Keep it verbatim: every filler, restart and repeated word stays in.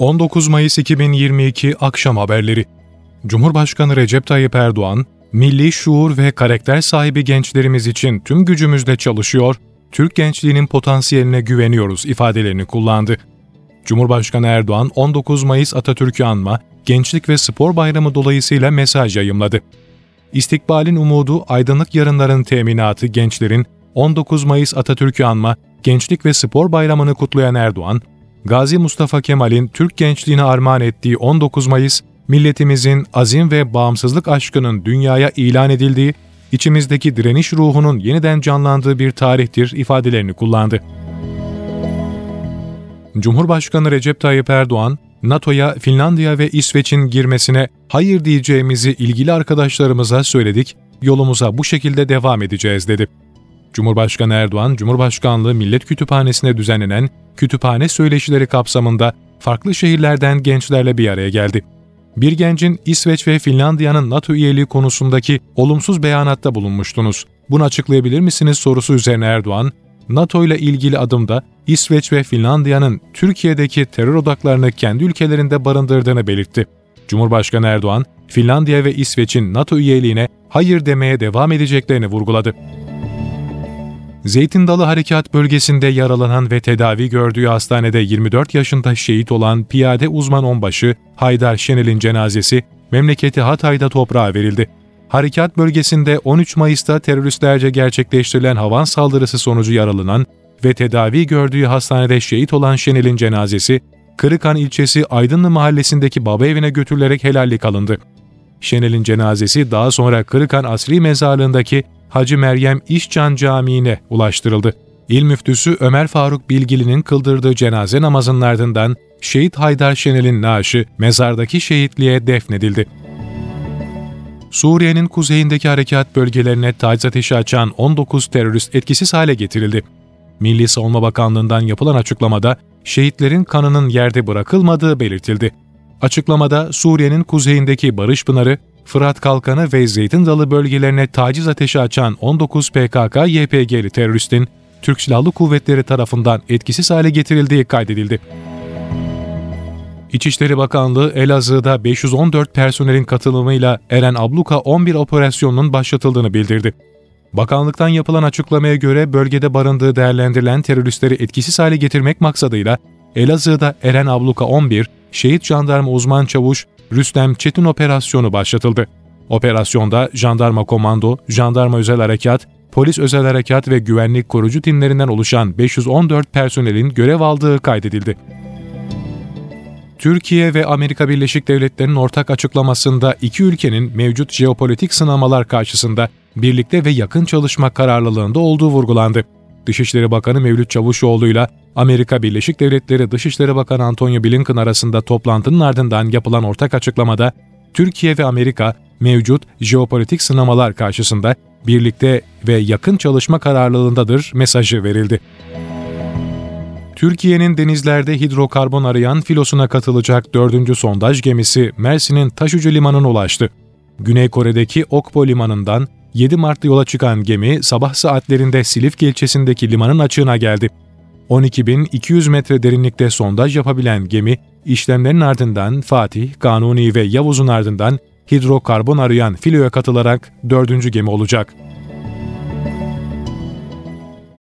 on dokuz Mayıs iki bin yirmi iki Akşam Haberleri. Cumhurbaşkanı Recep Tayyip Erdoğan, milli şuur ve karakter sahibi gençlerimiz için tüm gücümüzle çalışıyor, Türk gençliğinin potansiyeline güveniyoruz ifadelerini kullandı. Cumhurbaşkanı Erdoğan, on dokuz Mayıs Atatürk'ü anma, Gençlik ve Spor Bayramı dolayısıyla mesaj yayımladı. İstikbalin umudu, aydınlık yarınların teminatı gençlerin on dokuz Mayıs Atatürk'ü anma, Gençlik ve Spor Bayramı'nı kutlayan Erdoğan, Gazi Mustafa Kemal'in Türk gençliğine armağan ettiği on dokuz Mayıs, milletimizin azim ve bağımsızlık aşkının dünyaya ilan edildiği, içimizdeki direniş ruhunun yeniden canlandığı bir tarihtir ifadelerini kullandı. Cumhurbaşkanı Recep Tayyip Erdoğan, NATO'ya Finlandiya ve İsveç'in girmesine hayır diyeceğimizi ilgili arkadaşlarımıza söyledik, yolumuza bu şekilde devam edeceğiz dedi. Cumhurbaşkanı Erdoğan, Cumhurbaşkanlığı Millet Kütüphanesi'nde düzenlenen kütüphane söyleşileri kapsamında farklı şehirlerden gençlerle bir araya geldi. Bir gencin İsveç ve Finlandiya'nın NATO üyeliği konusundaki olumsuz beyanatta bulunmuştunuz. Bunu açıklayabilir misiniz sorusu üzerine Erdoğan, NATO ile ilgili adımda İsveç ve Finlandiya'nın Türkiye'deki terör odaklarını kendi ülkelerinde barındırdığını belirtti. Cumhurbaşkanı Erdoğan, Finlandiya ve İsveç'in NATO üyeliğine hayır demeye devam edeceklerini vurguladı. Zeytin Dalı Harekat Bölgesi'nde yaralanan ve tedavi gördüğü hastanede yirmi dört yaşında şehit olan piyade uzman onbaşı Haydar Şenel'in cenazesi memleketi Hatay'da toprağa verildi. Harekat bölgesinde on üç Mayıs'ta teröristlerce gerçekleştirilen havan saldırısı sonucu yaralanan ve tedavi gördüğü hastanede şehit olan Şenel'in cenazesi Kırıkhan ilçesi Aydınlı mahallesindeki baba evine götürülerek helallik alındı. Şenel'in cenazesi daha sonra Kırıkhan Asri Mezarlığı'ndaki Hacı Meryem İşcan Camii'ne ulaştırıldı. İl Müftüsü Ömer Faruk Bilgili'nin kıldırdığı cenaze namazının ardından Şehit Haydar Şenel'in naaşı mezardaki şehitliğe defnedildi. Suriye'nin kuzeyindeki harekat bölgelerine taciz ateşi açan on dokuz terörist etkisiz hale getirildi. Milli Savunma Bakanlığı'ndan yapılan açıklamada şehitlerin kanının yerde bırakılmadığı belirtildi. Açıklamada Suriye'nin kuzeyindeki Barış Pınarı, Fırat Kalkanı ve Zeytin Dalı bölgelerine taciz ateşi açan on dokuz P K K Y P G'li teröristin Türk Silahlı Kuvvetleri tarafından etkisiz hale getirildiği kaydedildi. İçişleri Bakanlığı Elazığ'da beş yüz on dört personelin katılımıyla Eren Abluka on bir operasyonunun başlatıldığını bildirdi. Bakanlıktan yapılan açıklamaya göre bölgede barındığı değerlendirilen teröristleri etkisiz hale getirmek maksadıyla Elazığ'da Eren Abluka on bir, Şehit Jandarma Uzman Çavuş Rüstem Çetin operasyonu başlatıldı. Operasyonda Jandarma Komando, Jandarma Özel Harekat, Polis Özel Harekat ve Güvenlik Korucu timlerinden oluşan beş yüz on dört personelin görev aldığı kaydedildi. Türkiye ve Amerika Birleşik Devletleri'nin ortak açıklamasında iki ülkenin mevcut jeopolitik sınamalar karşısında birlikte ve yakın çalışma kararlılığında olduğu vurgulandı. Dışişleri Bakanı Mevlüt Çavuşoğlu ile Amerika Birleşik Devletleri Dışişleri Bakanı Antony Blinken arasında toplantının ardından yapılan ortak açıklamada, Türkiye ve Amerika mevcut jeopolitik sınamalar karşısında birlikte ve yakın çalışma kararlılığındadır mesajı verildi. Türkiye'nin denizlerde hidrokarbon arayan filosuna katılacak dördüncü sondaj gemisi Mersin'in Taşucu Limanı'na ulaştı. Güney Kore'deki Okpo Limanı'ndan yedi Mart'ta yola çıkan gemi sabah saatlerinde Silifke ilçesindeki limanın açığına geldi. on iki bin iki yüz metre derinlikte sondaj yapabilen gemi, işlemlerin ardından Fatih, Kanuni ve Yavuz'un ardından hidrokarbon arayan filoya katılarak dördüncü gemi olacak.